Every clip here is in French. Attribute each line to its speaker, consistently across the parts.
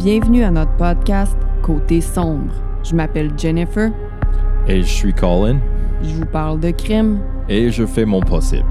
Speaker 1: Bienvenue à notre podcast Côté sombre. Je m'appelle Jennifer.
Speaker 2: Et je suis Colin.
Speaker 1: Je vous parle de crime.
Speaker 2: Et je fais mon possible.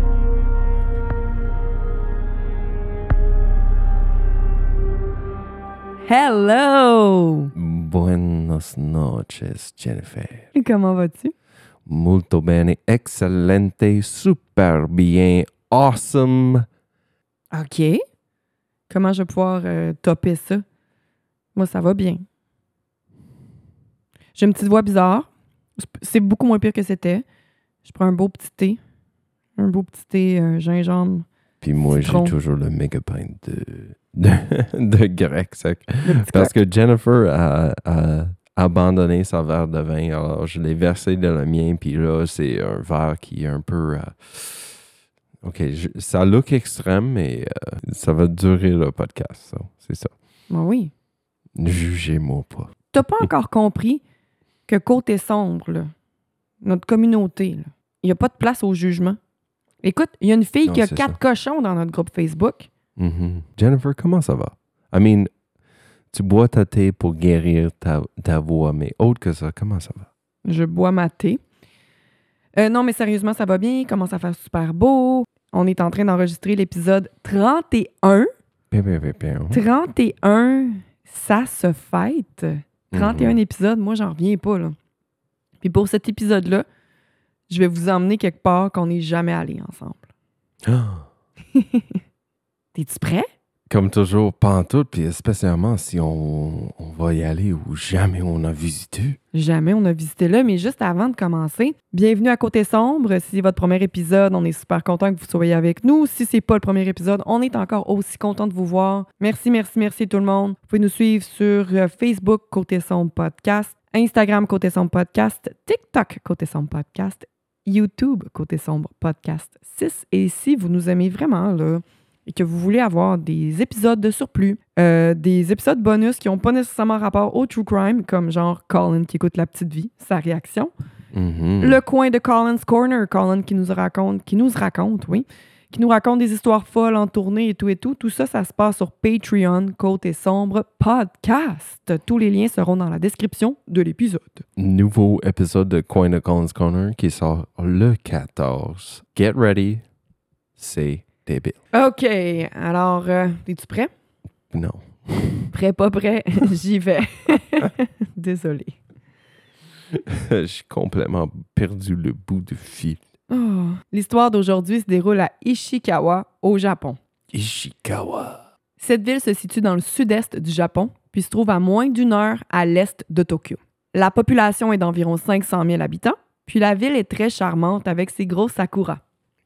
Speaker 1: Hello!
Speaker 3: Buenas noches, Jennifer.
Speaker 1: Comment vas-tu?
Speaker 3: Molto bene, excelente, super bien, awesome.
Speaker 1: OK. Comment je vais pouvoir topper ça? Moi, ça va bien. J'ai une petite voix bizarre. C'est beaucoup moins pire que c'était. Je prends un beau petit thé. Un beau petit thé gingembre.
Speaker 3: Puis moi,
Speaker 1: citron.
Speaker 3: j'ai toujours le méga pint de grec sec.
Speaker 1: Le petit
Speaker 3: Parce
Speaker 1: coq.
Speaker 3: que Jennifer a abandonné sa verre de vin. Alors, je l'ai versé dans le mien. Puis là, c'est un verre qui est un peu... OK, ça look extrême, mais ça va durer le podcast. So, c'est ça.
Speaker 1: Ben oui.
Speaker 3: Jugez-moi pas.
Speaker 1: T'as pas encore compris que Côté sombre, là, notre communauté, il n'y a pas de place au jugement. Écoute, il y a une fille
Speaker 3: Non,
Speaker 1: qui a
Speaker 3: c'est
Speaker 1: 4
Speaker 3: ça.
Speaker 1: cochons dans notre groupe Facebook.
Speaker 3: Mhm. Jennifer, comment ça va? I mean, tu bois ta thé pour guérir ta voix, mais autre que ça, comment ça va?
Speaker 1: Je bois ma thé. Non, mais sérieusement, ça va bien. Il commence à faire super beau. On est en train d'enregistrer l'épisode 31. 31, ça se fête. 31 épisodes, moi, j'en reviens pas, là. Puis pour cet épisode-là, je vais vous emmener quelque part qu'on n'est jamais allé ensemble.
Speaker 3: Ah!
Speaker 1: T'es-tu prêt?
Speaker 3: Comme toujours, pas en tout, puis spécialement si on va y aller où jamais on a visité.
Speaker 1: Jamais on a visité là, mais juste avant de commencer, bienvenue à Côté sombre. Si c'est votre premier épisode, on est super content que vous soyez avec nous. Si c'est pas le premier épisode, on est encore aussi content de vous voir. Merci tout le monde. Vous pouvez nous suivre sur Facebook Côté sombre podcast, Instagram Côté sombre podcast, TikTok Côté sombre podcast, YouTube Côté sombre podcast 6. Et si vous nous aimez vraiment là, et que vous voulez avoir des épisodes de surplus, des épisodes bonus qui n'ont pas nécessairement rapport au true crime, comme genre Colin qui écoute La Petite Vie, sa réaction.
Speaker 3: Mhm.
Speaker 1: Le coin de Colin's Corner, Colin qui nous raconte des histoires folles en tournée et tout. Tout ça, ça se passe sur Patreon, Côté sombre podcast. Tous les liens seront dans la description de l'épisode.
Speaker 3: Nouveau épisode de Coin de Colin's Corner qui sort le 14. Get ready, c'est débile.
Speaker 1: OK, alors, es-tu prêt?
Speaker 3: Non.
Speaker 1: Prêt, pas prêt? J'y vais. Désolée.
Speaker 3: J'ai complètement perdu le bout de fil.
Speaker 1: Oh. L'histoire d'aujourd'hui se déroule à Ishikawa, au Japon.
Speaker 3: Ishikawa.
Speaker 1: Cette ville se situe dans le sud-est du Japon, puis se trouve à moins d'une heure à l'est de Tokyo. La population est d'environ 500 000 habitants, puis la ville est très charmante avec ses gros sakuras.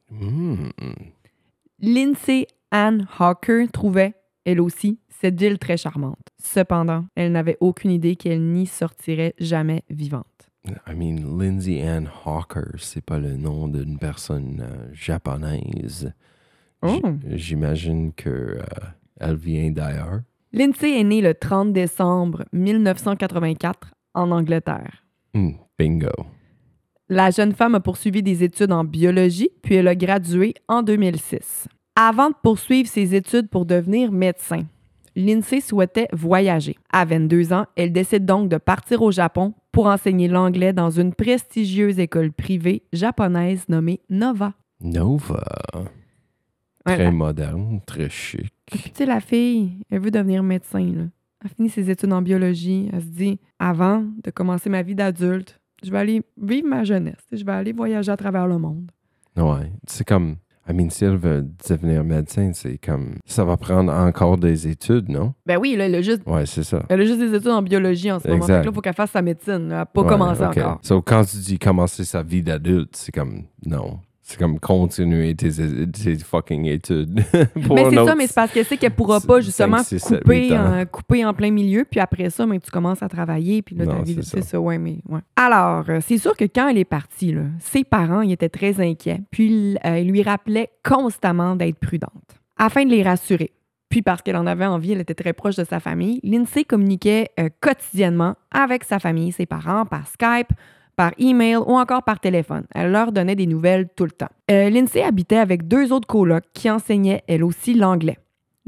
Speaker 1: Lindsay Ann Hawker trouvait, elle aussi, cette ville très charmante. Cependant, elle n'avait aucune idée qu'elle n'y sortirait jamais vivante.
Speaker 3: I mean, Lindsay Ann Hawker, c'est pas le nom d'une personne japonaise.
Speaker 1: Oh.
Speaker 3: J'imagine que elle vient d'ailleurs.
Speaker 1: Lindsay est née le 30 décembre 1984 en Angleterre.
Speaker 3: Bingo.
Speaker 1: La jeune femme a poursuivi des études en biologie, puis elle a gradué en 2006. Avant de poursuivre ses études pour devenir médecin, Lindsay souhaitait voyager. À 22 ans, elle décide donc de partir au Japon pour enseigner l'anglais dans une prestigieuse école privée japonaise nommée Nova.
Speaker 3: Nova.
Speaker 1: Ouais,
Speaker 3: Très moderne, très chic.
Speaker 1: Puis tu sais, la fille, elle veut devenir médecin, là. Elle finit ses études en biologie. Elle se dit, avant de commencer ma vie d'adulte, je vais aller vivre ma jeunesse. Je vais aller voyager à travers le monde.
Speaker 3: Ouais. C'est comme... I mean, si elle veut devenir médecin, c'est comme... Ça va prendre encore des études, non?
Speaker 1: Ben oui, là, elle a juste des études en biologie en ce moment.
Speaker 3: Exact.
Speaker 1: Fait que là, il faut qu'elle fasse sa médecine. Elle n'a pas
Speaker 3: Ouais,
Speaker 1: commencé
Speaker 3: ok.
Speaker 1: encore.
Speaker 3: So, quand tu dis commencer sa vie d'adulte, c'est comme... Non. C'est comme continuer tes fucking études. Pour
Speaker 1: Mais
Speaker 3: un
Speaker 1: c'est ça,
Speaker 3: autre-
Speaker 1: mais c'est parce qu'elle sait qu'elle pourra pas justement
Speaker 3: 5, 6, 7, 8 ans.
Speaker 1: couper en plein milieu, puis après ça, tu commences à travailler, puis là, ta
Speaker 3: Non,
Speaker 1: vie,
Speaker 3: c'est
Speaker 1: c'est
Speaker 3: ça.
Speaker 1: ça, ouais. Alors, c'est sûr que quand elle est partie, là, ses parents, ils étaient très inquiets, puis ils lui rappelaient constamment d'être prudente, afin de les rassurer. Puis parce qu'elle en avait envie, elle était très proche de sa famille, Lindsay communiquait quotidiennement avec sa famille, ses parents, par Skype, par email ou encore par téléphone. Elle leur donnait des nouvelles tout le temps. Lindsay habitait avec 2 autres colocs qui enseignaient, elle aussi, l'anglais.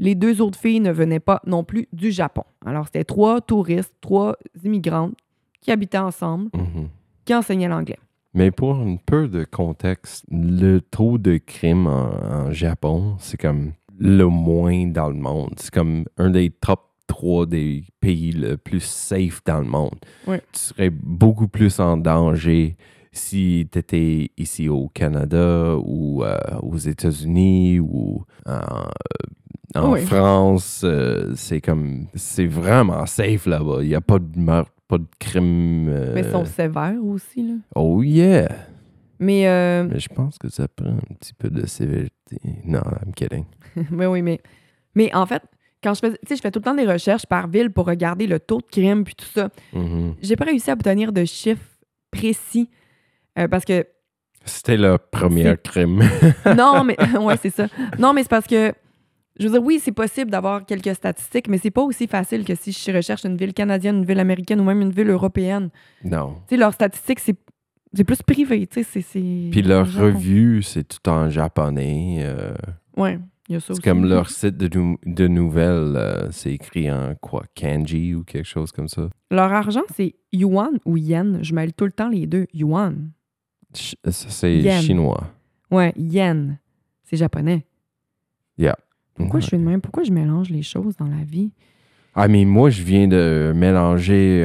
Speaker 1: les 2 autres filles ne venaient pas non plus du Japon. Alors, c'était 3 touristes, 3 immigrantes qui habitaient ensemble, qui enseignaient l'anglais.
Speaker 3: Mais pour un peu de contexte, le taux de crime en Japon, c'est comme le moins dans le monde. C'est comme un des top 3 des pays le plus safe dans le monde.
Speaker 1: Oui.
Speaker 3: Tu serais beaucoup plus en danger si tu étais ici au Canada ou aux États-Unis ou en France. C'est vraiment safe là-bas. Il n'y a pas de meurtre, pas de crime.
Speaker 1: Mais ils sont sévères aussi, là.
Speaker 3: Oh yeah!
Speaker 1: Mais
Speaker 3: je pense que ça prend un petit peu de sévérité. Non, I'm kidding.
Speaker 1: mais en fait, quand je fais tout le temps des recherches par ville pour regarder le taux de crime puis tout ça, j'ai pas réussi à obtenir de chiffres précis parce que...
Speaker 3: C'était le premier crime.
Speaker 1: Non, mais... ouais, c'est ça. Non, mais c'est parce que... Je veux dire, oui, c'est possible d'avoir quelques statistiques, mais c'est pas aussi facile que si je recherche une ville canadienne, une ville américaine ou même une ville européenne.
Speaker 3: Non.
Speaker 1: Tu sais, leurs statistiques, c'est plus privé, tu sais, c'est...
Speaker 3: Puis leur revue, c'est tout en japonais.
Speaker 1: Ouais, il y a ça aussi.
Speaker 3: C'est comme leur site de nouvelles, c'est écrit en quoi, kanji ou quelque chose comme ça.
Speaker 1: Leur argent, c'est yuan ou yen. Je mêle tout le temps les deux. Yuan.
Speaker 3: Ça, c'est
Speaker 1: yen.
Speaker 3: chinois.
Speaker 1: Ouais, yen. C'est japonais.
Speaker 3: Yeah.
Speaker 1: Pourquoi je suis de même? Pourquoi je mélange les choses dans la vie?
Speaker 3: Moi, je viens de mélanger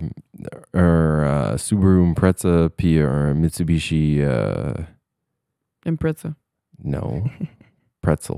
Speaker 3: un Subaru Impreza puis un Mitsubishi...
Speaker 1: Impreza.
Speaker 3: Non. Pretzel.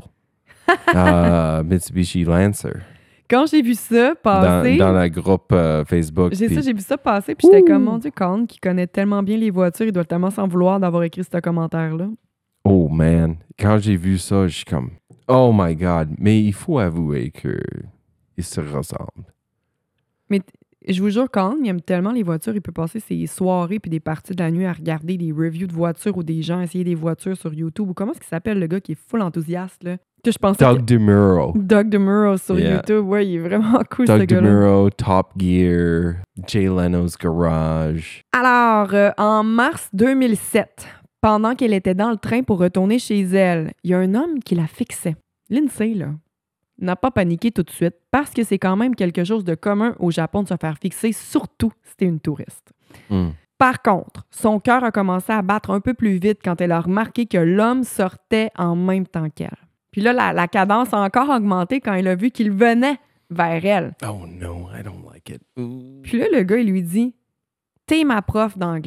Speaker 3: Mitsubishi Lancer.
Speaker 1: Quand j'ai vu ça passer...
Speaker 3: Dans la groupe Facebook.
Speaker 1: J'ai vu ça passer, puis j'étais comme, mon Dieu, Colin, qui connaît tellement bien les voitures, il doit tellement s'en vouloir d'avoir écrit ce commentaire-là.
Speaker 3: Oh, man. Quand j'ai vu ça, je suis comme... Oh my God, mais il faut avouer qu'ils se ressemblent.
Speaker 1: Mais je vous jure, quand il aime tellement les voitures, il peut passer ses soirées puis des parties de la nuit à regarder des reviews de voitures ou des gens essayer des voitures sur YouTube. Ou comment est-ce qu'il s'appelle le gars qui est full enthousiaste, là? Que je pensais
Speaker 3: Doug DeMuro.
Speaker 1: Doug DeMuro sur YouTube. Ouais, il est vraiment cool, ce
Speaker 3: Doug
Speaker 1: gars-là.
Speaker 3: DeMuro, Top Gear, Jay Leno's Garage.
Speaker 1: Alors, en mars 2007, pendant qu'elle était dans le train pour retourner chez elle, il y a un homme qui la fixait. Lindsay, là, n'a pas paniqué tout de suite parce que c'est quand même quelque chose de commun au Japon de se faire fixer, surtout si t'es une touriste. Par contre, son cœur a commencé à battre un peu plus vite quand elle a remarqué que l'homme sortait en même temps qu'elle. Puis là, la cadence a encore augmenté quand elle a vu qu'il venait vers elle.
Speaker 3: Oh no, I don't like it. Ooh.
Speaker 1: Puis là, le gars, il lui dit « T'es ma prof d'anglais. »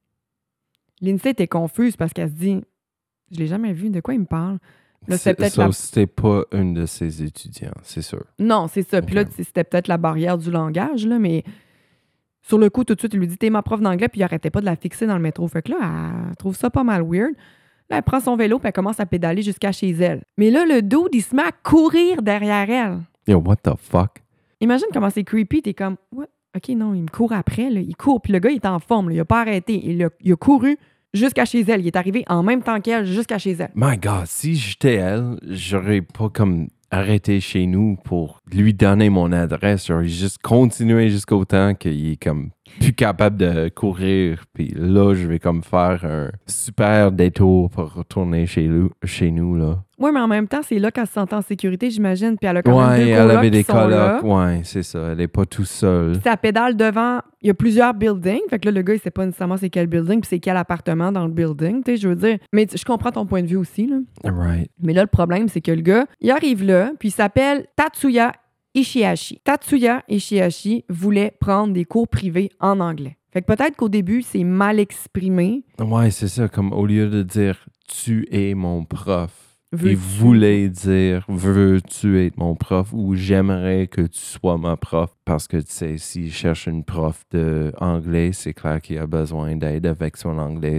Speaker 1: Lindsay était confuse parce qu'elle se dit « Je l'ai jamais vu, de quoi il me parle? » Là,
Speaker 3: c'était pas une de ses étudiants, c'est sûr.
Speaker 1: Non, c'est ça. Puis là, c'était peut-être la barrière du langage, là, mais sur le coup, tout de suite, il lui dit « T'es ma prof d'anglais », puis il arrêtait pas de la fixer dans le métro. Fait que là, elle trouve ça pas mal weird. Là, elle prend son vélo, puis elle commence à pédaler jusqu'à chez elle. Mais là, le dude, il se met à courir derrière elle.
Speaker 3: Yo, what the fuck?
Speaker 1: Imagine comment c'est creepy. T'es comme « What? OK, non, il me court après. Là. Il court. » Puis le gars, il est en forme. Là. Il a pas arrêté. Il a couru jusqu'à chez elle. Il est arrivé en même temps qu'elle jusqu'à chez elle.
Speaker 3: My God, si j'étais elle, j'aurais pas comme arrêté chez nous pour lui donner mon adresse. J'aurais juste continué jusqu'au temps qu'il est comme plus capable de courir. Puis là, je vais comme faire un super détour pour retourner chez nous là.
Speaker 1: Oui, mais en même temps, c'est là qu'elle se sentait en sécurité, j'imagine. Puis elle a quand même deux
Speaker 3: elle
Speaker 1: colocs
Speaker 3: avait des
Speaker 1: qui sont là.
Speaker 3: colocs. Ouais, c'est ça. Elle est pas tout seule.
Speaker 1: Puis ça pédale devant. Il y a plusieurs buildings. Fait que là, le gars, il sait pas nécessairement c'est quel building puis c'est quel appartement dans le building. Tu sais, je veux dire. Mais je comprends ton point de vue aussi, là.
Speaker 3: Right.
Speaker 1: Mais là, le problème, c'est que le gars, il arrive là, puis il s'appelle Tatsuya Ishihashi. Tatsuya Ishihashi voulait prendre des cours privés en anglais. Fait que peut-être qu'au début, c'est mal exprimé.
Speaker 3: Ouais, c'est ça. Comme au lieu de dire « tu es mon prof », il voulait dire « veux-tu être mon prof » ou « j'aimerais que tu sois ma prof ». Parce que, tu sais, s'il cherche une prof d'anglais, c'est clair qu'il a besoin d'aide avec son anglais.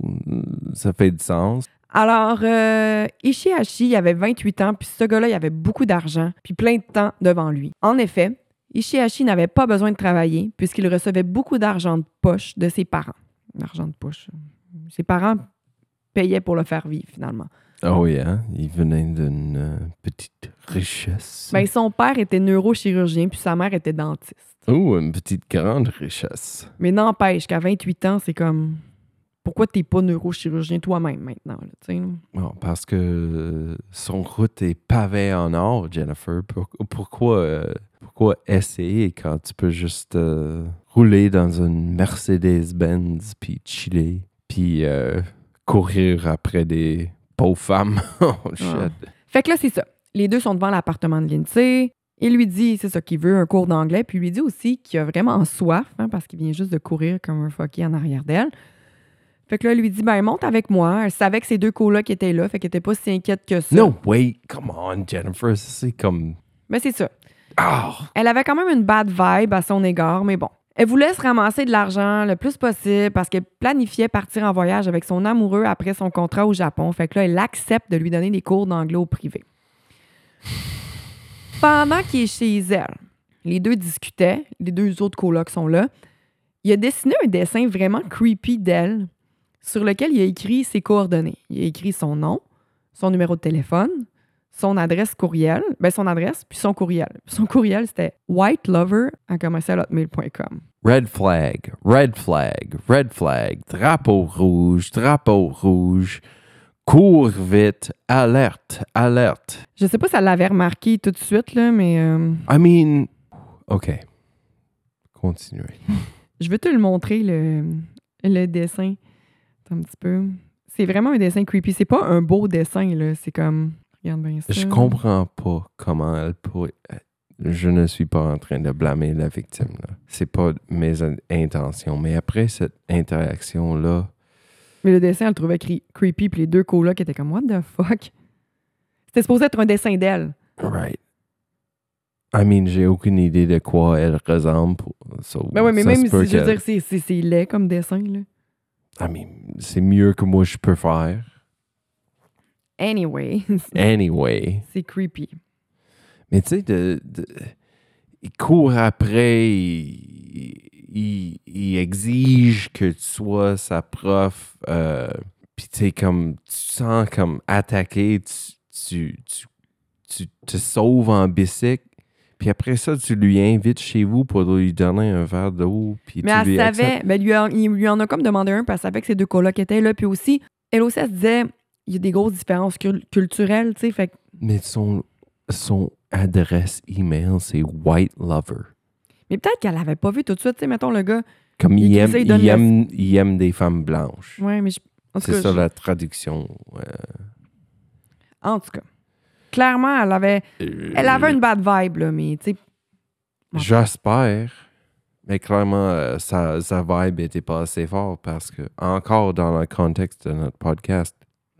Speaker 3: Ça fait du sens.
Speaker 1: Alors, Ishihashi, il avait 28 ans, puis ce gars-là, il avait beaucoup d'argent, puis plein de temps devant lui. En effet, Ishihashi n'avait pas besoin de travailler, puisqu'il recevait beaucoup d'argent de poche de ses parents. L'argent de poche. Ses parents payaient pour le faire vivre, finalement.
Speaker 3: Oh yeah, il venait d'une petite richesse.
Speaker 1: Ben, son père était neurochirurgien, puis sa mère était dentiste.
Speaker 3: Oh, une petite grande richesse.
Speaker 1: Mais n'empêche qu'à 28 ans, c'est comme pourquoi t'es pas neurochirurgien toi-même maintenant, là, tu sais.
Speaker 3: Bon, parce que son route est pavée en or, Jennifer. Pourquoi essayer quand tu peux juste rouler dans une Mercedes-Benz, puis chiller, puis courir après des pauvres femmes? Oh, shit.
Speaker 1: Ah. Fait que là, c'est ça. Les deux sont devant l'appartement de Lindsay. Il lui dit, c'est ça, qu'il veut un cours d'anglais, puis il lui dit aussi qu'il a vraiment soif, hein, parce qu'il vient juste de courir comme un fucké en arrière d'elle. Fait que là, elle lui dit, ben, monte avec moi. Elle savait que ces deux colocs étaient là, fait qu'elle était pas si inquiète que ça.
Speaker 3: No, wait, come on, Jennifer, c'est comme...
Speaker 1: Mais c'est ça.
Speaker 3: Ah!
Speaker 1: Elle avait quand même une bad vibe à son égard, mais bon. Elle voulait se ramasser de l'argent le plus possible parce qu'elle planifiait partir en voyage avec son amoureux après son contrat au Japon. Fait que là, elle accepte de lui donner des cours d'anglais au privé. Pendant qu'il est chez elle, les deux discutaient, les deux autres colocs sont là. Il a dessiné un dessin vraiment creepy d'elle sur lequel il a écrit ses coordonnées. Il a écrit son nom, son numéro de téléphone, son adresse courriel, son adresse, puis son courriel. Son courriel, c'était whitelover@hotmail.com.
Speaker 3: Red flag, red flag, red flag, drapeau rouge, cours vite, alerte, alerte.
Speaker 1: Je sais pas si elle l'avait remarqué tout de suite, là, mais
Speaker 3: I mean, OK. Continuez.
Speaker 1: je vais te le montrer, le dessin. Attends un petit peu. C'est vraiment un dessin creepy. C'est pas un beau dessin, là. C'est comme... Regarde bien ça.
Speaker 3: Je comprends pas comment elle pourrait... Je ne suis pas en train de blâmer la victime, là. C'est pas mes intentions. Mais après cette interaction-là...
Speaker 1: Mais le dessin, elle le trouvait creepy, puis les deux colocs étaient comme « What the fuck? » C'était supposé être un dessin d'elle.
Speaker 3: Right. I mean, j'ai aucune idée de quoi elle ressemble.
Speaker 1: Ben oui, mais même si, je veux dire, c'est laid comme dessin, là.
Speaker 3: I mean, c'est mieux que moi je peux faire.
Speaker 1: Anyway.
Speaker 3: Anyway.
Speaker 1: C'est creepy.
Speaker 3: Mais tu sais, il court après, il exige que tu sois sa prof, puis tu sais, comme, tu sens comme attaqué, tu te sauves en bicycle, puis après ça, tu lui invites chez vous pour lui donner un verre d'eau, puis
Speaker 1: mais
Speaker 3: tu lui
Speaker 1: savait, il lui en a comme demandé un, parce qu'elle savait que ces deux colocs étaient là, puis aussi, elle aussi, elle se disait, il y a des grosses différences culturelles, tu sais, fait que...
Speaker 3: Mais son adresse email, c'est White Lover.
Speaker 1: Mais peut-être qu'elle l'avait pas vu tout de suite, tu sais, mettons le gars...
Speaker 3: Comme il aime des femmes blanches.
Speaker 1: Ouais, mais
Speaker 3: c'est ça la traduction.
Speaker 1: En tout cas, clairement, elle avait une bad vibe, là, mais tu sais...
Speaker 3: J'espère. Mais clairement, sa vibe était pas assez forte parce que, encore dans le contexte de notre podcast,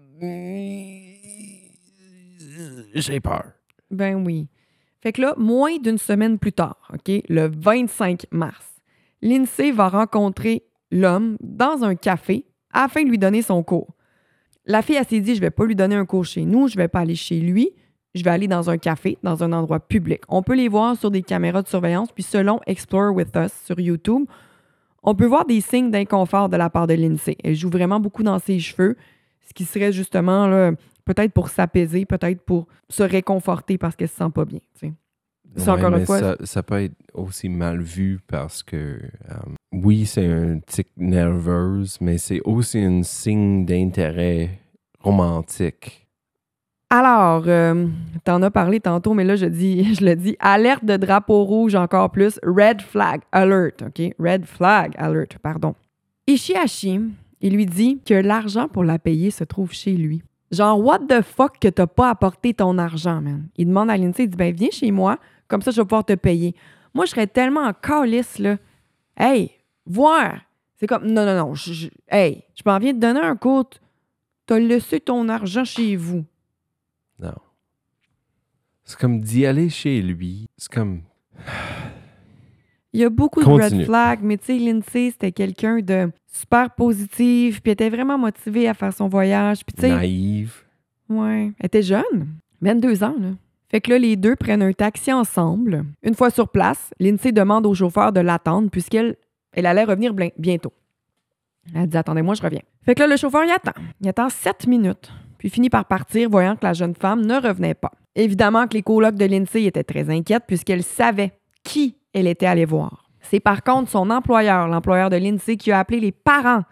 Speaker 3: j'ai peur.
Speaker 1: Ben oui. Fait que là, moins d'une semaine plus tard, OK, le 25 mars, Lindsay va rencontrer l'homme dans un café afin de lui donner son cours. La fille, elle s'est dit, je vais pas lui donner un cours chez nous, je vais pas aller chez lui, je vais aller dans un café, dans un endroit public. On peut les voir sur des caméras de surveillance, puis selon Explore With Us sur YouTube, on peut voir des signes d'inconfort de la part de Lindsay. Elle joue vraiment beaucoup dans ses cheveux, ce qui serait justement là, peut-être pour s'apaiser, peut-être pour se réconforter parce qu'elle se sent pas bien. Tu sais. C'est encore une fois.
Speaker 3: Ça peut être aussi mal vu parce que oui, c'est un tic nerveuse, mais c'est aussi un signe d'intérêt romantique.
Speaker 1: Alors, t'en as parlé tantôt, mais là, je le dis, alerte de drapeau rouge encore plus, red flag alert, OK? Red flag alert, pardon. Ishihashi, il lui dit que l'argent pour la payer se trouve chez lui. Genre, what the fuck que t'as pas apporté ton argent, man? Il demande à Lindsay, il dit, ben viens chez moi, comme ça je vais pouvoir te payer. Moi, je serais tellement en calice, là. Hey, voir! C'est comme, non, je m'en viens de donner un coup, t'as laissé ton argent chez vous.
Speaker 3: Non. C'est comme d'y aller chez lui. C'est comme...
Speaker 1: Il y a beaucoup de red flags, mais tu sais, Lindsay, c'était quelqu'un de super positif, puis elle était vraiment motivée à faire son voyage. Puis,
Speaker 3: naïve.
Speaker 1: Ouais. Elle était jeune, 22 ans, là. Fait que là, les deux prennent un taxi ensemble. Une fois sur place, Lindsay demande au chauffeur de l'attendre puisqu'elle allait revenir bientôt. Elle dit « Attendez-moi, je reviens ». Fait que là, le chauffeur, il attend. Il attend 7 minutes, puis finit par partir, voyant que la jeune femme ne revenait pas. Évidemment que les colocs de Lindsay étaient très inquiètes puisqu'elle savait qui elle était allée voir. C'est par contre son employeur, l'employeur de Lindsay, qui a appelé les parents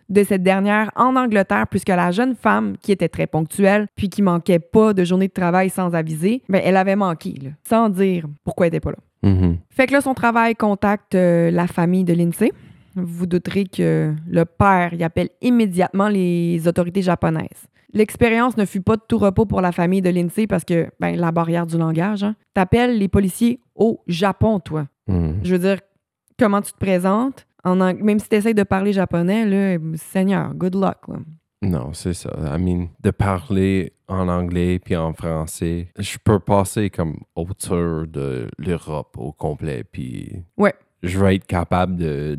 Speaker 1: de cette dernière en Angleterre puisque la jeune femme, qui était très ponctuelle puis qui manquait pas de journée de travail sans aviser, ben elle avait manqué, là, sans dire pourquoi elle était pas là. Fait que là, son travail contacte la famille de Lindsay. Vous vous douterez que le père y appelle immédiatement les autorités japonaises. L'expérience ne fut pas de tout repos pour la famille de Lindsay parce que, ben, la barrière du langage, hein. T'appelles les policiers au Japon, toi. Je veux dire, comment tu te présentes? Même si t'essayes de parler japonais, là, Seigneur, good luck, là.
Speaker 3: Non, c'est ça. I mean, de parler en anglais puis en français, je peux passer comme autour de l'Europe au complet, puis
Speaker 1: Ouais.
Speaker 3: je vais être capable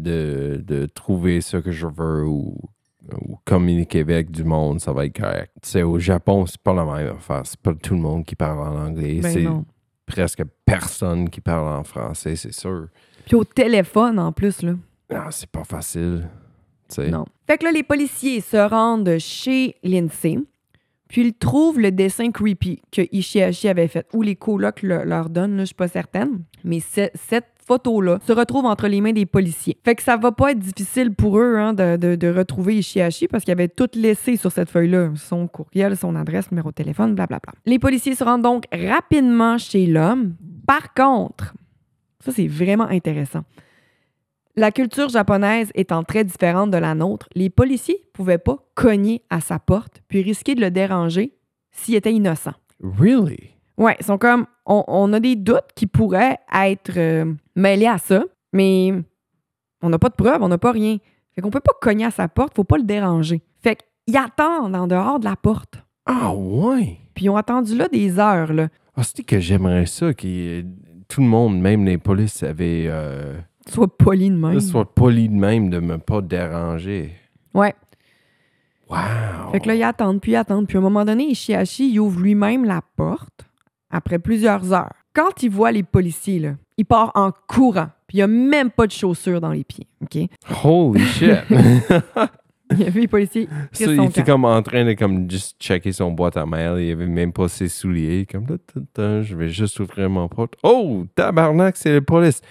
Speaker 3: de trouver ce que je veux ou communiquer avec du monde, ça va être correct. Tu sais, au Japon, c'est pas la même affaire. C'est pas tout le monde qui parle en anglais.
Speaker 1: Ben
Speaker 3: c'est
Speaker 1: non.
Speaker 3: presque personne qui parle en français, c'est sûr.
Speaker 1: Puis au téléphone, en plus, là.
Speaker 3: Non, c'est pas facile. Tu sais.
Speaker 1: Non. Fait que là, les policiers se rendent chez Lindsay, puis ils trouvent le dessin creepy que Ishihashi avait fait, ou les colocs leur donnent, là, je suis pas certaine. Mais cette photo-là se retrouve entre les mains des policiers. Fait que ça va pas être difficile pour eux, hein, de retrouver Ishihashi parce qu'ils avaient tout laissé sur cette feuille-là. Son courriel, son adresse, numéro de téléphone, blablabla. Les policiers se rendent donc rapidement chez l'homme. Par contre, ça c'est vraiment intéressant. La culture japonaise étant très différente de la nôtre, les policiers ne pouvaient pas cogner à sa porte puis risquer de le déranger s'il était innocent.
Speaker 3: Really?
Speaker 1: Ouais, ils sont comme, on a des doutes qui pourraient être mêlés à ça, mais on n'a pas de preuves, on n'a pas rien. Fait qu'on peut pas cogner à sa porte, faut pas le déranger. Fait qu'ils attendent en dehors de la porte.
Speaker 3: Ah ouais?
Speaker 1: Puis ils ont attendu là des heures, là.
Speaker 3: Ah, c'est que j'aimerais ça, que tout le monde, même les polices, avaient...
Speaker 1: Soit poli de même.
Speaker 3: soit poli de même, de me pas déranger.
Speaker 1: Ouais.
Speaker 3: Wow!
Speaker 1: Fait que là, ils attendent, puis à un moment donné, Ishihashi, il ouvre lui-même la porte après plusieurs heures. Quand il voit les policiers, là, il part en courant, puis il n'y a même pas de chaussures dans les pieds, OK?
Speaker 3: Holy shit!
Speaker 1: Il a vu les policiers.
Speaker 3: So, il était comme en train de comme juste checker son boîte à mail. Il avait même pas ses souliers. Comme, je vais juste ouvrir mon porte. Oh, tabarnak, c'est la police!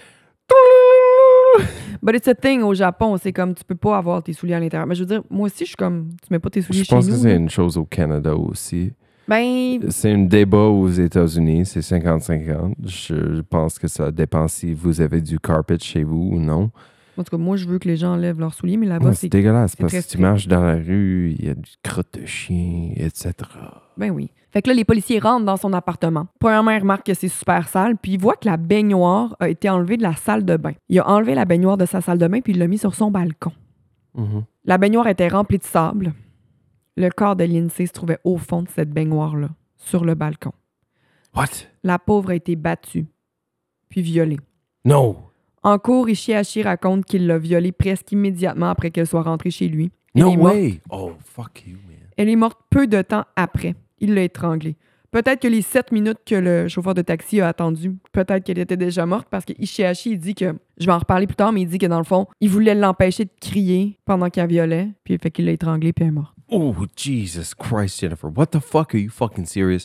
Speaker 1: But it's a thing au Japon, c'est comme tu peux pas avoir tes souliers à l'intérieur. Mais je veux dire, moi aussi, je suis comme, tu mets pas tes souliers chez nous.
Speaker 3: Je pense que c'est
Speaker 1: là.
Speaker 3: une chose au Canada aussi.
Speaker 1: Ben,
Speaker 3: C'est un débat aux États-Unis, c'est 50-50. Je pense que ça dépend si vous avez du carpet chez vous ou non.
Speaker 1: en tout cas, moi, je veux que les gens enlèvent leurs souliers, mais là-bas,
Speaker 3: C'est dégueulasse parce
Speaker 1: très
Speaker 3: que tu marches dans la rue, il y a du crotte de chien, etc.
Speaker 1: Ben oui. Fait que là, les policiers rentrent dans son appartement. Premièrement, ils remarquent que c'est super sale, puis ils voient que la baignoire a été enlevée de la salle de bain. Il a enlevé la baignoire de sa salle de bain, puis il l'a mis sur son balcon.
Speaker 3: Mhm.
Speaker 1: La baignoire était remplie de sable. Le corps de Lindsay se trouvait au fond de cette baignoire-là, sur le balcon.
Speaker 3: What?
Speaker 1: La pauvre a été battue, puis violée.
Speaker 3: No!
Speaker 1: En cours, Ishihashi raconte qu'il l'a violée presque immédiatement après qu'elle soit rentrée chez lui.
Speaker 3: No way! Oh, fuck you, man.
Speaker 1: Elle est morte peu de temps après. Il l'a étranglée. Peut-être que les 7 minutes que le chauffeur de taxi a attendu, peut-être qu'elle était déjà morte parce que Ishihashi, il dit que, je vais en reparler plus tard, mais il dit que dans le fond, il voulait l'empêcher de crier pendant qu'elle violait, puis fait qu'il l'a étranglée, puis elle est morte.
Speaker 3: Oh, Jesus Christ, Jennifer. What the fuck? Are you fucking serious?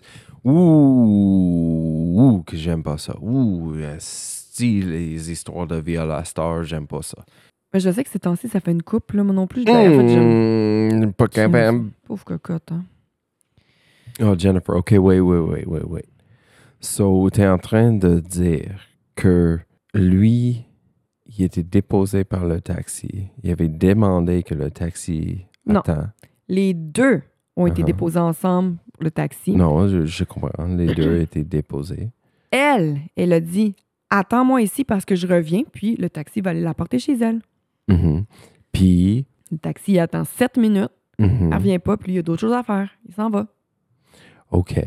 Speaker 3: Ouh, que j'aime pas ça. Ouh, style, les histoires de viol à star, j'aime pas ça.
Speaker 1: Mais je sais que ces temps-ci, ça fait une coupe, là, moi non plus. En fait, j'aime...
Speaker 3: Pas capable.
Speaker 1: Pauvre cocotte, hein.
Speaker 3: Oh, Jennifer, OK, wait. So, t'es en train de dire que lui, il était déposé par le taxi. Il avait demandé que le taxi
Speaker 1: Non.
Speaker 3: attend.
Speaker 1: Les deux ont été
Speaker 3: Uh-huh.
Speaker 1: déposés ensemble pour le taxi.
Speaker 3: Non, je comprends. Les deux étaient déposés.
Speaker 1: Elle a dit « Attends-moi ici parce que je reviens, puis le taxi va aller la porter chez elle.
Speaker 3: Mhm. Puis... »
Speaker 1: Le taxi attend 7 minutes,
Speaker 3: mhm.
Speaker 1: elle revient pas, puis il y a d'autres choses à faire. Il s'en va.
Speaker 3: OK.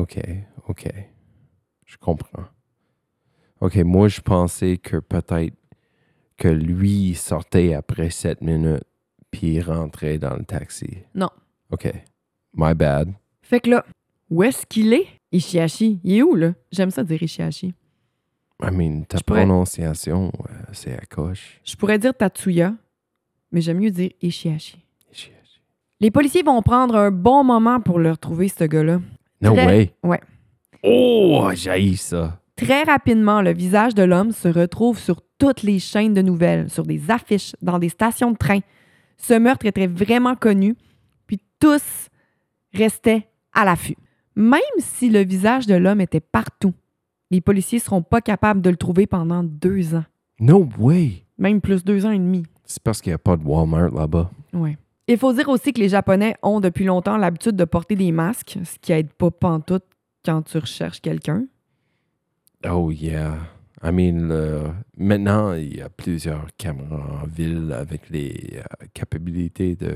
Speaker 3: Je comprends. OK, moi, je pensais que peut-être que lui sortait après 7 minutes puis il rentrait dans le taxi.
Speaker 1: Non.
Speaker 3: OK. My bad.
Speaker 1: Fait que là, où est-ce qu'il est? Ishihashi. Il est où, là? J'aime ça dire Ishihashi.
Speaker 3: I mean, ta
Speaker 1: Je pourrais-
Speaker 3: prononciation, c'est à coche.
Speaker 1: Je pourrais dire Tatsuya, mais j'aime mieux dire Ishihashi. Les policiers vont prendre un bon moment pour le retrouver, ce gars-là.
Speaker 3: No
Speaker 1: Très-
Speaker 3: way.
Speaker 1: Ouais.
Speaker 3: Oh, j'haïs ça.
Speaker 1: Très rapidement, le visage de l'homme se retrouve sur toutes les chaînes de nouvelles, sur des affiches, dans des stations de train. Ce meurtre était vraiment connu, puis tous restaient à l'affût. Même si le visage de l'homme était partout, les policiers ne seront pas capables de le trouver pendant 2 ans.
Speaker 3: No way!
Speaker 1: Même plus 2 ans et demi.
Speaker 3: C'est parce qu'il n'y a pas de Walmart là-bas.
Speaker 1: Ouais. Il faut dire aussi que les Japonais ont depuis longtemps l'habitude de porter des masques, ce qui aide pas pantoute quand tu recherches quelqu'un.
Speaker 3: Oh yeah. I mean, maintenant, il y a plusieurs caméras en ville avec les capacités de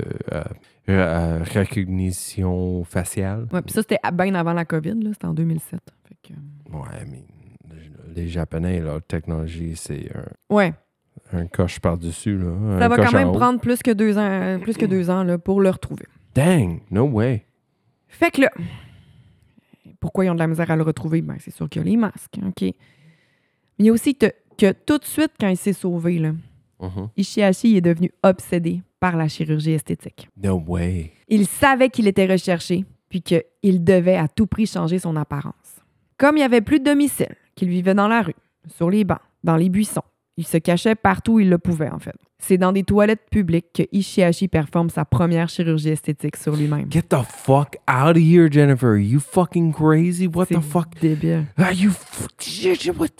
Speaker 3: recognition faciale.
Speaker 1: Ouais, puis ça, c'était bien avant la COVID, là. C'était en 2007. Fait que...
Speaker 3: Ouais, I mean, les Japonais, leur technologie, c'est
Speaker 1: Ouais.
Speaker 3: un coche par-dessus. Là,
Speaker 1: Ça va
Speaker 3: coche
Speaker 1: quand même
Speaker 3: en haut.
Speaker 1: prendre plus que 2 ans là, pour le retrouver.
Speaker 3: Dang, no way.
Speaker 1: Fait que là, pourquoi ils ont de la misère à le retrouver? Ben, c'est sûr qu'il y a les masques, OK? Mais il y a aussi que tout de suite, quand il s'est sauvé, là,
Speaker 3: Mhm.
Speaker 1: Ishihashi est devenu obsédé par la chirurgie esthétique.
Speaker 3: No way.
Speaker 1: Il savait qu'il était recherché, puis qu'il devait à tout prix changer son apparence. Comme il n'y avait plus de domicile, qu'il vivait dans la rue, sur les bancs, dans les buissons, il se cachait partout où il le pouvait, en fait. C'est dans des toilettes publiques que Ishihashi performe sa première chirurgie esthétique sur lui-même.
Speaker 3: Get the fuck out of here, Jennifer. Are you fucking crazy? What the fuck?
Speaker 1: C'est débile.
Speaker 3: Are you... What?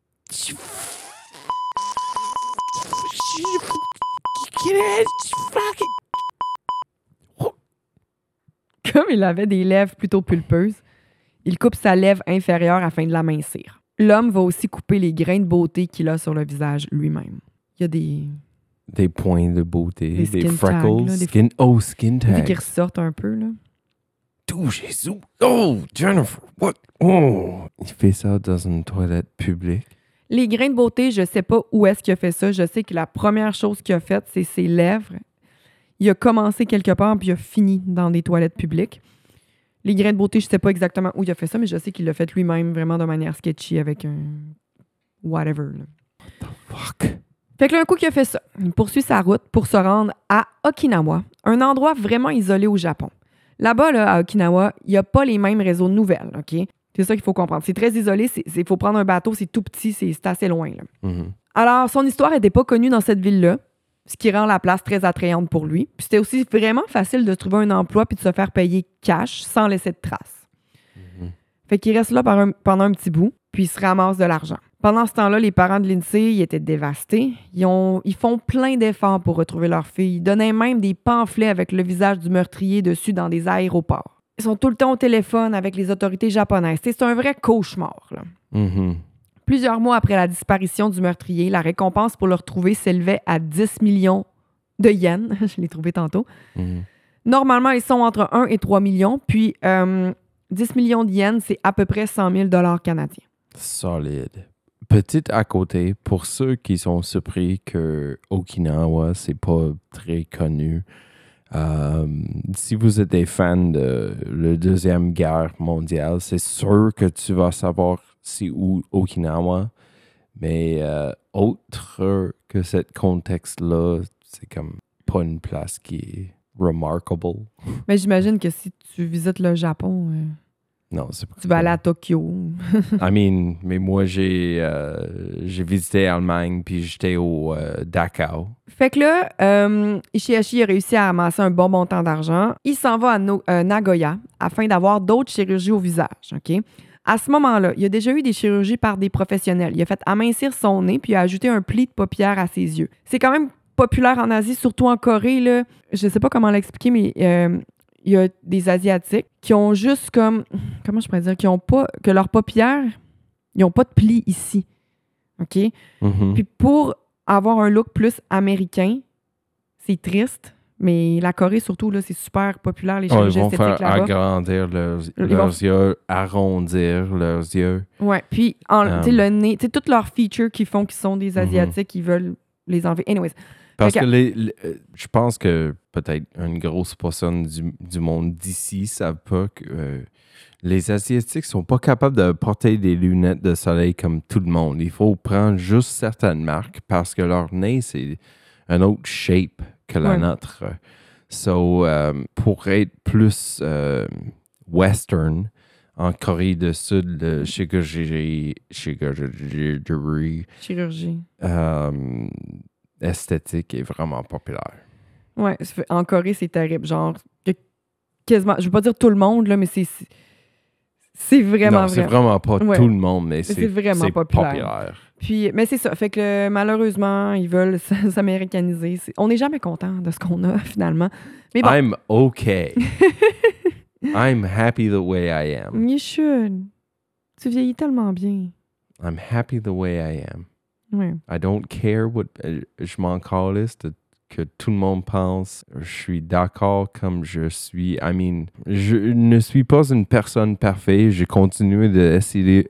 Speaker 1: Comme il avait des lèvres plutôt pulpeuses, il coupe sa lèvre inférieure afin de l'amincir. L'homme va aussi couper les grains de beauté qu'il a sur le visage lui-même. Il y a
Speaker 3: Des points de beauté,
Speaker 1: Des
Speaker 3: des
Speaker 1: skin
Speaker 3: freckles,
Speaker 1: tags, là, des-
Speaker 3: skin
Speaker 1: vu qu'ils
Speaker 3: tags.
Speaker 1: ressortent un peu, là.
Speaker 3: Oh, Jésus. Oh, Jennifer, what? Oh. Il fait ça dans une toilette publique.
Speaker 1: Les grains de beauté, je sais pas où est-ce qu'il a fait ça. Je sais que la première chose qu'il a faite, c'est ses lèvres. Il a commencé quelque part, puis il a fini dans des toilettes publiques. Les grains de beauté, je sais pas exactement où il a fait ça, mais je sais qu'il l'a fait lui-même vraiment de manière sketchy avec un whatever, là.
Speaker 3: Fuck.
Speaker 1: Fait que là, un coup qu'il a fait ça, il poursuit sa route pour se rendre à Okinawa, un endroit vraiment isolé au Japon. Là-bas, là, à Okinawa, il n'y a pas les mêmes réseaux de nouvelles, OK? C'est ça qu'il faut comprendre. C'est très isolé, il faut prendre un bateau, c'est tout petit, c'est assez loin, là.
Speaker 3: Mhm.
Speaker 1: Alors, son histoire n'était pas connue dans cette ville-là, ce qui rend la place très attrayante pour lui. Puis c'était aussi vraiment facile de trouver un emploi puis de se faire payer cash sans laisser de traces.
Speaker 3: Mhm.
Speaker 1: Fait qu'il reste là pendant un petit bout, puis il se ramasse de l'argent. Pendant ce temps-là, les parents de Lindsay, ils étaient dévastés. Ils font plein d'efforts pour retrouver leur fille. Ils donnaient même des pamphlets avec le visage du meurtrier dessus dans des aéroports. Ils sont tout le temps au téléphone avec les autorités japonaises. C'est un vrai cauchemar, là.
Speaker 3: Mhm.
Speaker 1: Plusieurs mois après la disparition du meurtrier, la récompense pour le retrouver s'élevait à 10 millions de yens. Je l'ai trouvé tantôt.
Speaker 3: Mhm.
Speaker 1: Normalement, ils sont entre 1 et 3 millions. Puis, 10 millions de yens, c'est à peu près 100 000 $ canadiens.
Speaker 3: Solide. Petite à côté, pour ceux qui sont surpris que Okinawa, c'est pas très connu. Si vous êtes des fans de la Deuxième Guerre mondiale, c'est sûr que tu vas savoir c'est où Okinawa. Mais autre que ce contexte-là, c'est comme pas une place qui est remarkable.
Speaker 1: Mais j'imagine que si tu visites le Japon,
Speaker 3: Non, c'est pas.
Speaker 1: tu vas aller à Tokyo.
Speaker 3: I mean, mais moi, j'ai visité l'Allemagne, puis j'étais au Dachau.
Speaker 1: Fait que là, Ishihashi a réussi à amasser un bon montant d'argent. Il s'en va à Nagoya afin d'avoir d'autres chirurgies au visage. OK? À ce moment-là, il y a déjà eu des chirurgies par des professionnels. Il a fait amincir son nez puis il a ajouté un pli de paupière à ses yeux. C'est quand même populaire en Asie, surtout en Corée. Là. Je sais pas comment l'expliquer, mais il y a des Asiatiques qui ont juste comme... Comment je pourrais dire? Qui ont pas... Que leurs paupières, ils n'ont pas de pli ici. OK?
Speaker 3: Mhm.
Speaker 1: Puis pour avoir un look plus américain, c'est triste, mais la Corée, surtout, là, c'est super populaire, les
Speaker 3: Oh, ils
Speaker 1: chirurgies
Speaker 3: vont
Speaker 1: esthétiques
Speaker 3: faire
Speaker 1: là-bas.
Speaker 3: agrandir leurs
Speaker 1: vont-
Speaker 3: yeux, arrondir leurs yeux.
Speaker 1: Ouais, puis tu sais, le nez, tu sais, toutes leurs features qu'ils font qui sont des Asiatiques, ils veulent les enlever. Anyways.
Speaker 3: Parce
Speaker 1: Fait
Speaker 3: que je pense que peut-être une grosse personne du monde d'ici savent pas que les Asiatiques sont pas capables de porter des lunettes de soleil comme tout le monde. Il faut prendre juste certaines marques parce que leur nez, c'est un autre shape que la
Speaker 1: Ouais.
Speaker 3: nôtre. So, pour être plus western, en Corée du Sud, le chirurgie
Speaker 1: Chirurgie.
Speaker 3: esthétique est vraiment populaire.
Speaker 1: Ouais, en Corée, c'est terrible. Genre, quasiment, je veux pas dire tout le monde, là, mais c'est vraiment
Speaker 3: Non, c'est
Speaker 1: vrai.
Speaker 3: vraiment pas
Speaker 1: Ouais.
Speaker 3: tout le monde, mais
Speaker 1: c'est
Speaker 3: c'est
Speaker 1: vraiment
Speaker 3: c'est
Speaker 1: populaire. Puis, mais c'est ça. Fait que malheureusement, ils veulent s'américaniser. On n'est jamais content de ce qu'on a, finalement. Mais bon.
Speaker 3: I'm okay. I'm happy the way I am.
Speaker 1: You should. Tu vieillis tellement bien.
Speaker 3: I'm happy the way I am.
Speaker 1: Ouais.
Speaker 3: I don't care what... je m'en calisse de que tout le monde pense. Je suis d'accord comme je suis. I mean, je ne suis pas une personne parfaite. J'ai continué d'essayer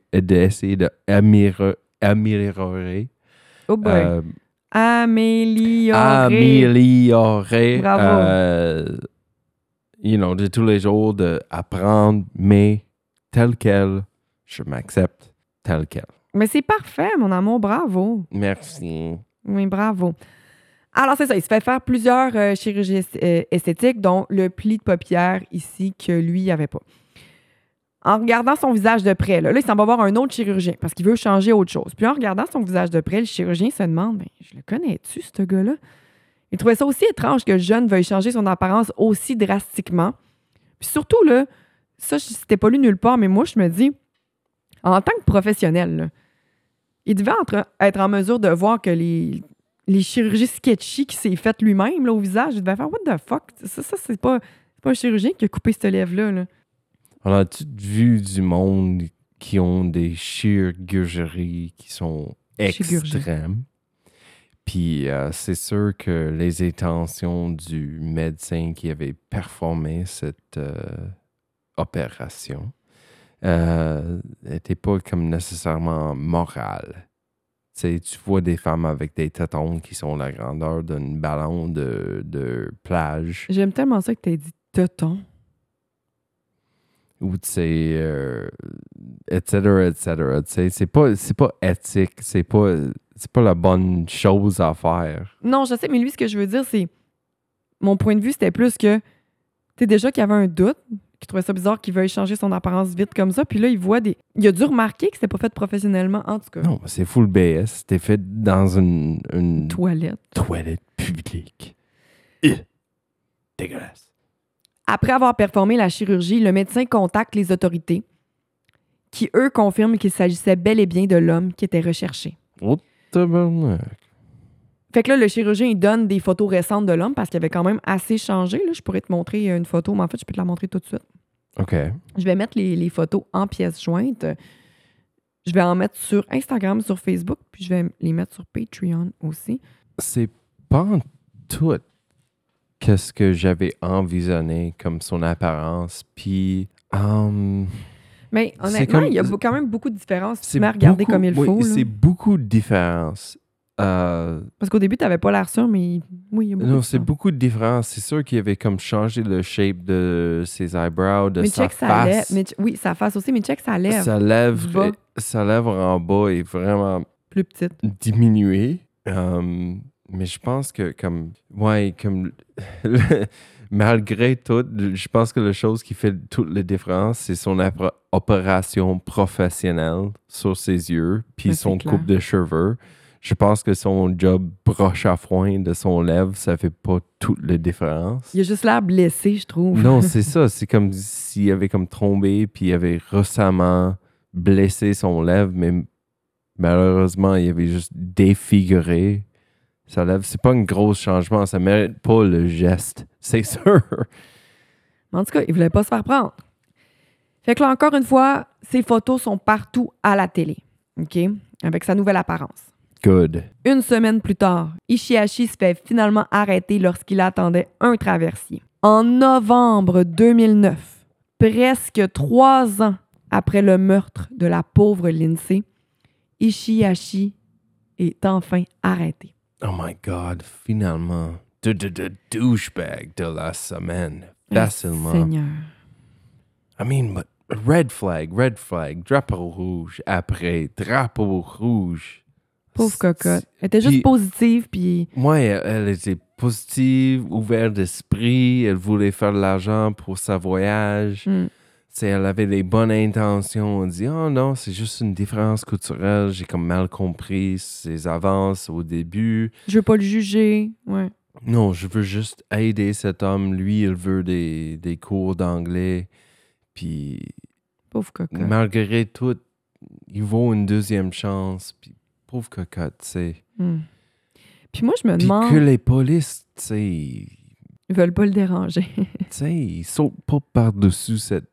Speaker 3: d'améliorer.
Speaker 1: Oh boy. Améliorer.
Speaker 3: Améliorer.
Speaker 1: Bravo.
Speaker 3: De tous les jours, d'apprendre, mais tel quel, je m'accepte tel quel.
Speaker 1: Mais c'est parfait, mon amour. Bravo.
Speaker 3: Merci.
Speaker 1: Oui, bravo. Alors, c'est ça. Il se fait faire plusieurs chirurgies esthétiques, dont le pli de paupière ici que lui, il n'avait pas. En regardant son visage de près, là, il s'en va voir un autre chirurgien parce qu'il veut changer autre chose. Puis en regardant son visage de près, le chirurgien se demande, je le connais-tu, ce gars-là? Il trouvait ça aussi étrange que le jeune veuille changer son apparence aussi drastiquement. Puis surtout, là, ça, c'était pas lu nulle part, mais moi, je me dis, en tant que professionnel, là, il devait être en mesure de voir que les chirurgies sketchy qu'il s'est faites lui-même là, au visage, il devait faire « What the fuck? » Ça c'est pas un chirurgien qui a coupé cette lèvre-là. Là.
Speaker 3: On a-tu vu du monde qui ont des chirurgies qui sont extrêmes? Puis c'est sûr que les intentions du médecin qui avait performé cette opération n'étaient pas comme nécessairement morales. Tu vois des femmes avec des tétons qui sont la grandeur d'un ballon de plage.
Speaker 1: J'aime tellement ça que tu aies dit téton.
Speaker 3: Ou tu sais, etc., etc. Tu sais, c'est pas éthique, c'est pas la bonne chose à faire.
Speaker 1: Non, je sais, mais lui, ce que je veux dire, c'est... Mon point de vue, c'était plus que... Tu sais, déjà qu'il y avait un doute, qu'il trouvait ça bizarre qu'il veuille changer son apparence vite comme ça, puis là, il a dû remarquer que c'était pas fait professionnellement, en tout cas.
Speaker 3: Non, c'est full BS. C'était fait dans une
Speaker 1: toilette
Speaker 3: publique. Dégueulasse.
Speaker 1: Après avoir performé la chirurgie, le médecin contacte les autorités qui, eux, confirment qu'il s'agissait bel et bien de l'homme qui était recherché.
Speaker 3: Oh, tabarnak.
Speaker 1: Fait que là, le chirurgien, il donne des photos récentes de l'homme parce qu'il avait quand même assez changé. Là, je pourrais te montrer une photo, mais en fait, je peux te la montrer tout de suite.
Speaker 3: OK.
Speaker 1: Je vais mettre les photos en pièces jointes. Je vais en mettre sur Instagram, sur Facebook, puis je vais les mettre sur Patreon aussi.
Speaker 3: C'est pas en tout qu'est-ce que j'avais envisionné comme son apparence, puis...
Speaker 1: Mais honnêtement, il y a quand même beaucoup de différences si tu mets à regarder comme il faut.
Speaker 3: Oui, c'est beaucoup de différences.
Speaker 1: Parce qu'au début, tu n'avais pas l'air sûr, mais oui, il y a beaucoup de
Speaker 3: c'est beaucoup de différences. C'est sûr qu'il avait comme changé le shape de ses eyebrows, de sa face.
Speaker 1: Oui, sa face aussi, mais check sa lèvre.
Speaker 3: Sa lèvre en bas est vraiment...
Speaker 1: plus petite.
Speaker 3: Diminuée. Mais je pense que comme malgré tout, je pense que la chose qui fait toute la différence, c'est son opération professionnelle sur ses yeux, puis son coupe de cheveux. Je pense que son job broche à foin de son lèvre, ça fait pas toute la différence.
Speaker 1: Il a juste l'air blessé, je trouve.
Speaker 3: Non, c'est ça. C'est comme s'il avait comme tombé, puis il avait récemment blessé son lèvre, mais malheureusement, il avait juste défiguré sa lèvre. C'est pas un gros changement. Ça mérite pas le geste, c'est sûr.
Speaker 1: En tout cas, il voulait pas se faire prendre. Fait que là, encore une fois, ses photos sont partout à la télé. OK? Avec sa nouvelle apparence.
Speaker 3: Good.
Speaker 1: Une semaine plus tard, Ishihashi se fait finalement arrêter lorsqu'il attendait un traversier. En novembre 2009, presque 3 ans après le meurtre de la pauvre Lindsay, Ishihashi est enfin arrêté.
Speaker 3: Oh my God, finalement. Douchebag de la semaine. Facilement.
Speaker 1: Seigneur.
Speaker 3: I mean, but red flag, drapeau rouge après, drapeau rouge.
Speaker 1: Pauvre cocotte. Elle était juste positive, puis...
Speaker 3: Ouais, elle était positive, ouverte d'esprit, elle voulait faire de l'argent pour sa voyage. Elle avait des bonnes intentions. On dit, oh non, c'est juste une différence culturelle. J'ai comme mal compris ses avances au début.
Speaker 1: Je veux pas le juger, ouais.
Speaker 3: Non, je veux juste aider cet homme. Lui, il veut des cours d'anglais. Puis,
Speaker 1: Pauvre cocotte.
Speaker 3: malgré tout, il vaut une deuxième chance. Puis, pauvre cocotte, tu sais.
Speaker 1: Puis moi, je me
Speaker 3: Puis
Speaker 1: demande...
Speaker 3: que les polices, tu sais,
Speaker 1: Ils veulent pas le déranger.
Speaker 3: ils sautent pas par-dessus cette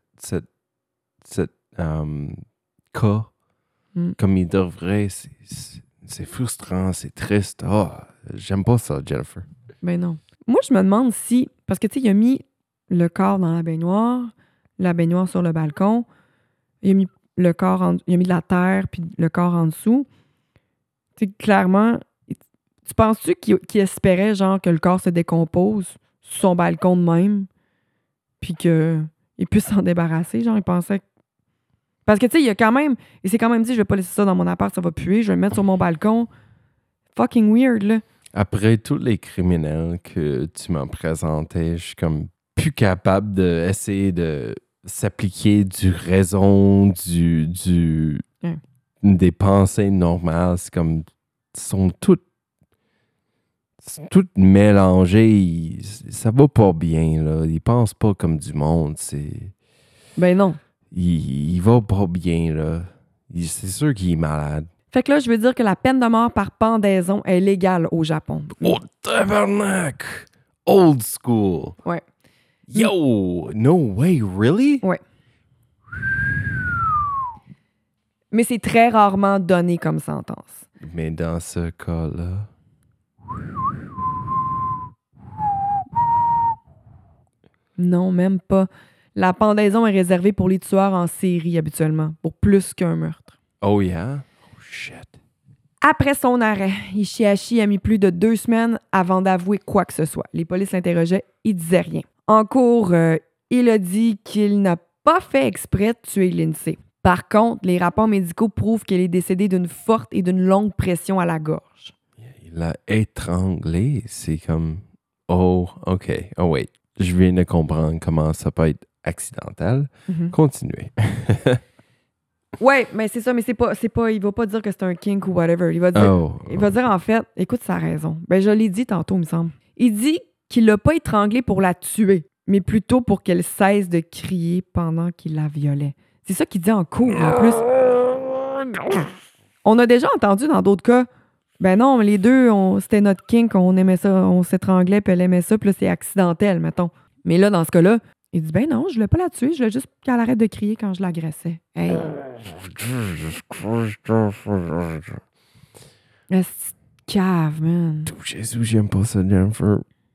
Speaker 3: cas comme ils devraient. C'est frustrant, c'est triste. Ah, j'aime pas ça, Jennifer.
Speaker 1: Ben non. Moi, je me demande si... Parce que, tu sais, il a mis le corps dans la baignoire sur le balcon. Il a mis le corps il a mis de la terre puis le corps en dessous. Tu sais, clairement, tu penses-tu qu'il espérait, genre, que le corps se décompose sur son balcon de même puis qu'il puisse s'en débarrasser? Genre, il pensait... Parce que, tu sais, il s'est quand même dit, je vais pas laisser ça dans mon appart, ça va puer, je vais le mettre sur mon balcon. Fucking weird, là.
Speaker 3: Après tous les criminels que tu m'as présentés, je suis comme plus capable d'essayer de s'appliquer du raison, des pensées normales. C'est comme, sont toutes mélangées. Ça va pas bien, là. Ils pensent pas comme du monde.
Speaker 1: Ben non.
Speaker 3: Il va pas bien, là. C'est sûr qu'il est malade.
Speaker 1: Fait que là, je veux dire que la peine de mort par pendaison est légale au Japon.
Speaker 3: Oh, tabarnak! Old school!
Speaker 1: Ouais.
Speaker 3: Yo! No way, really?
Speaker 1: Ouais. Mais c'est très rarement donné comme sentence.
Speaker 3: Mais dans ce cas-là...
Speaker 1: Non, même pas. La pendaison est réservée pour les tueurs en série habituellement, pour plus qu'un meurtre.
Speaker 3: Oh yeah? Oh shit.
Speaker 1: Après son arrêt, Ishihashi a mis plus de 2 semaines avant d'avouer quoi que ce soit. Les polices l'interrogeaient, il disait rien. En cours, il a dit qu'il n'a pas fait exprès de tuer Lindsay. Par contre, les rapports médicaux prouvent qu'elle est décédée d'une forte et d'une longue pression à la gorge.
Speaker 3: Il l'a étranglé. C'est comme... Oh, OK. Oh wait. Je viens de comprendre comment ça peut être accidentel. Continuez.
Speaker 1: Ouais, mais c'est ça, mais c'est pas, il va pas dire que c'est un kink ou whatever. Il va dire en fait, écoute sa raison. Ben, je l'ai dit tantôt, il me semble. Il dit qu'il l'a pas étranglée pour la tuer, mais plutôt pour qu'elle cesse de crier pendant qu'il la violait. C'est ça qu'il dit en cours, en plus. On a déjà entendu dans d'autres cas, ben non, les deux, c'était notre kink, on aimait ça, on s'étranglait, puis elle aimait ça, puis là, c'est accidentel, mettons. Mais là, dans ce cas-là, il dit, ben non, je voulais pas la tuer, je voulais juste qu'elle arrête de crier quand je l'agressais. Hey. C'est cave, man.
Speaker 3: Jésus, j'aime pas ça, Jennifer.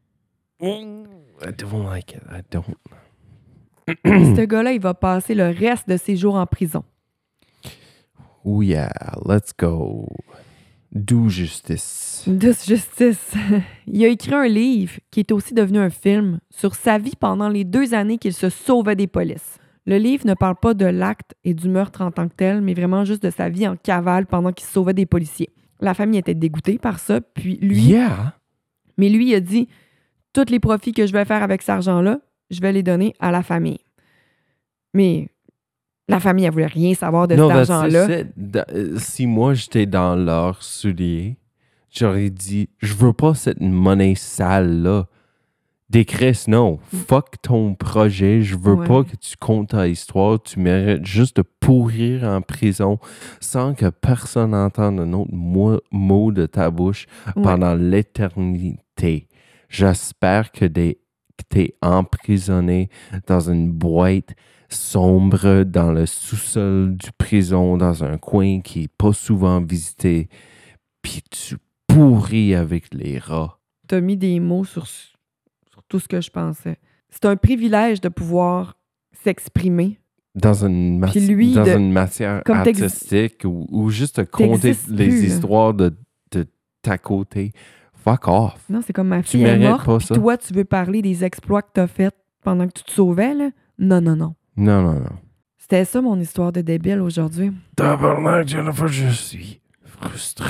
Speaker 3: I don't like it. I don't.
Speaker 1: Ce gars-là, il va passer le reste de ses jours en prison.
Speaker 3: Oh yeah, let's go. Do justice.
Speaker 1: Do justice. Il a écrit un livre qui est aussi devenu un film sur sa vie pendant les 2 années qu'il se sauvait des polices. Le livre ne parle pas de l'acte et du meurtre en tant que tel, mais vraiment juste de sa vie en cavale pendant qu'il se sauvait des policiers. La famille était dégoûtée par ça, puis lui...
Speaker 3: Yeah!
Speaker 1: Mais lui, il a dit, tous les profits que je vais faire avec cet argent-là, je vais les donner à la famille. Mais la famille, elle voulait rien savoir de cet argent-là.
Speaker 3: Si moi, j'étais dans leur soulier, j'aurais dit, je veux pas cette monnaie sale-là. Décresse, non. Fuck ton projet. Je veux pas que tu comptes ta histoire. Tu mérites juste de pourrir en prison sans que personne n'entende un autre mot de ta bouche pendant l'éternité. J'espère que t'es emprisonné dans une boîte sombre dans le sous-sol du prison, dans un coin qui est pas souvent visité, puis tu pourris avec les rats.
Speaker 1: T'as mis des mots sur tout ce que je pensais. C'est un privilège de pouvoir s'exprimer.
Speaker 3: Dans une, une matière artistique ou juste compter les histoires de ta côté. Fuck off.
Speaker 1: Non, c'est comme ma fille est morte, puis toi, tu veux parler des exploits que t'as faits pendant que tu te sauvais, là? Non.
Speaker 3: Non.
Speaker 1: C'était ça, mon histoire de débile aujourd'hui.
Speaker 3: Tabarnak, Jennifer, je suis frustré.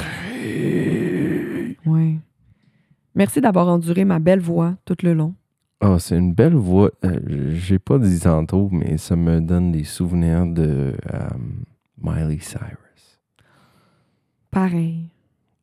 Speaker 1: Oui. Merci d'avoir enduré ma belle voix tout le long.
Speaker 3: Oh, c'est une belle voix. J'ai pas dit tantôt, mais ça me donne des souvenirs de Miley Cyrus.
Speaker 1: Pareil.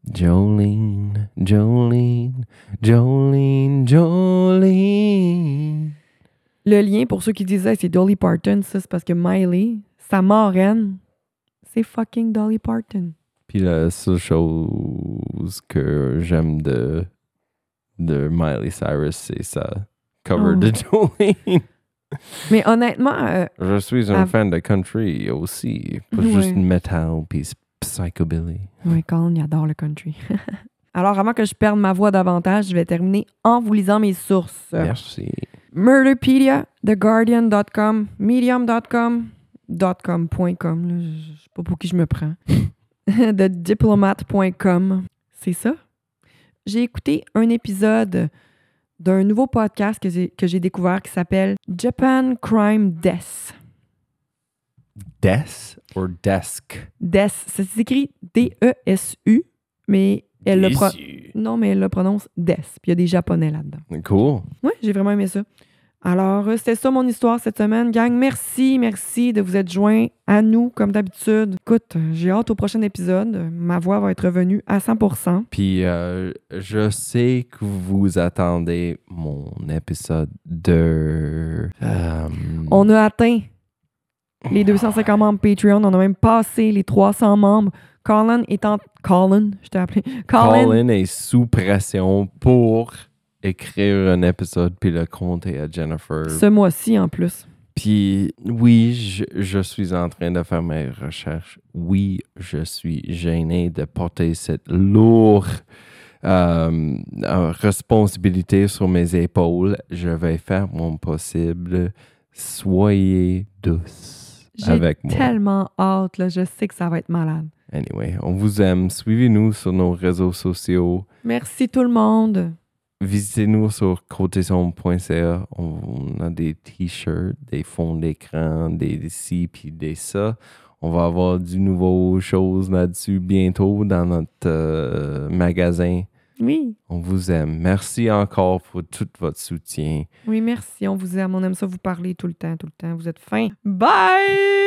Speaker 3: Jolene, Jolene, Jolene, Jolene.
Speaker 1: Le lien, pour ceux qui disaient c'est Dolly Parton, ça, c'est parce que Miley, sa marraine, c'est fucking Dolly Parton.
Speaker 3: Puis la seule chose que j'aime de Miley Cyrus, c'est sa cover de Jolene.
Speaker 1: Mais honnêtement...
Speaker 3: Je suis un fan de country aussi, pas juste metal puis psychobilly.
Speaker 1: Oui, Colin, il adore le country. Alors, avant que je perde ma voix davantage, je vais terminer en vous lisant mes sources.
Speaker 3: Merci.
Speaker 1: Murderpedia, TheGuardian.com, Medium.com, .com.com, là, je sais pas pour qui je me prends. TheDiplomat.com, c'est ça. J'ai écouté un épisode d'un nouveau podcast que j'ai découvert qui s'appelle Japan Crime Death.
Speaker 3: Death ou desk?
Speaker 1: Death, ça s'écrit D-E-S-U, mais elle le prononce Death. Puis il y a des Japonais là-dedans.
Speaker 3: Cool.
Speaker 1: Oui, j'ai vraiment aimé ça. Alors, c'était ça mon histoire cette semaine. Gang, merci de vous être joints à nous, comme d'habitude. Écoute, j'ai hâte au prochain épisode. Ma voix va être revenue à 100%.
Speaker 3: Puis, je sais que vous attendez mon épisode de...
Speaker 1: On a atteint les 250 membres Patreon. On a même passé les 300 membres. Colin, je t'ai appelé.
Speaker 3: Colin est sous pression pour écrire un épisode puis le compter à Jennifer.
Speaker 1: Ce mois-ci, en plus.
Speaker 3: Puis, oui, je suis en train de faire mes recherches. Oui, je suis gêné de porter cette lourde responsabilité sur mes épaules. Je vais faire mon possible. Soyez douce avec moi.
Speaker 1: J'ai tellement hâte, là. Je sais que ça va être malade.
Speaker 3: Anyway, on vous aime. Suivez-nous sur nos réseaux sociaux.
Speaker 1: Merci tout le monde.
Speaker 3: Visitez-nous sur côtesombre.ca. On a des t-shirts, des fonds d'écran, des ci puis des ça. On va avoir du nouveau choses là-dessus bientôt dans notre magasin.
Speaker 1: Oui.
Speaker 3: On vous aime. Merci encore pour tout votre soutien.
Speaker 1: Oui, merci. On vous aime. On aime ça vous parler tout le temps. Vous êtes fins. Bye!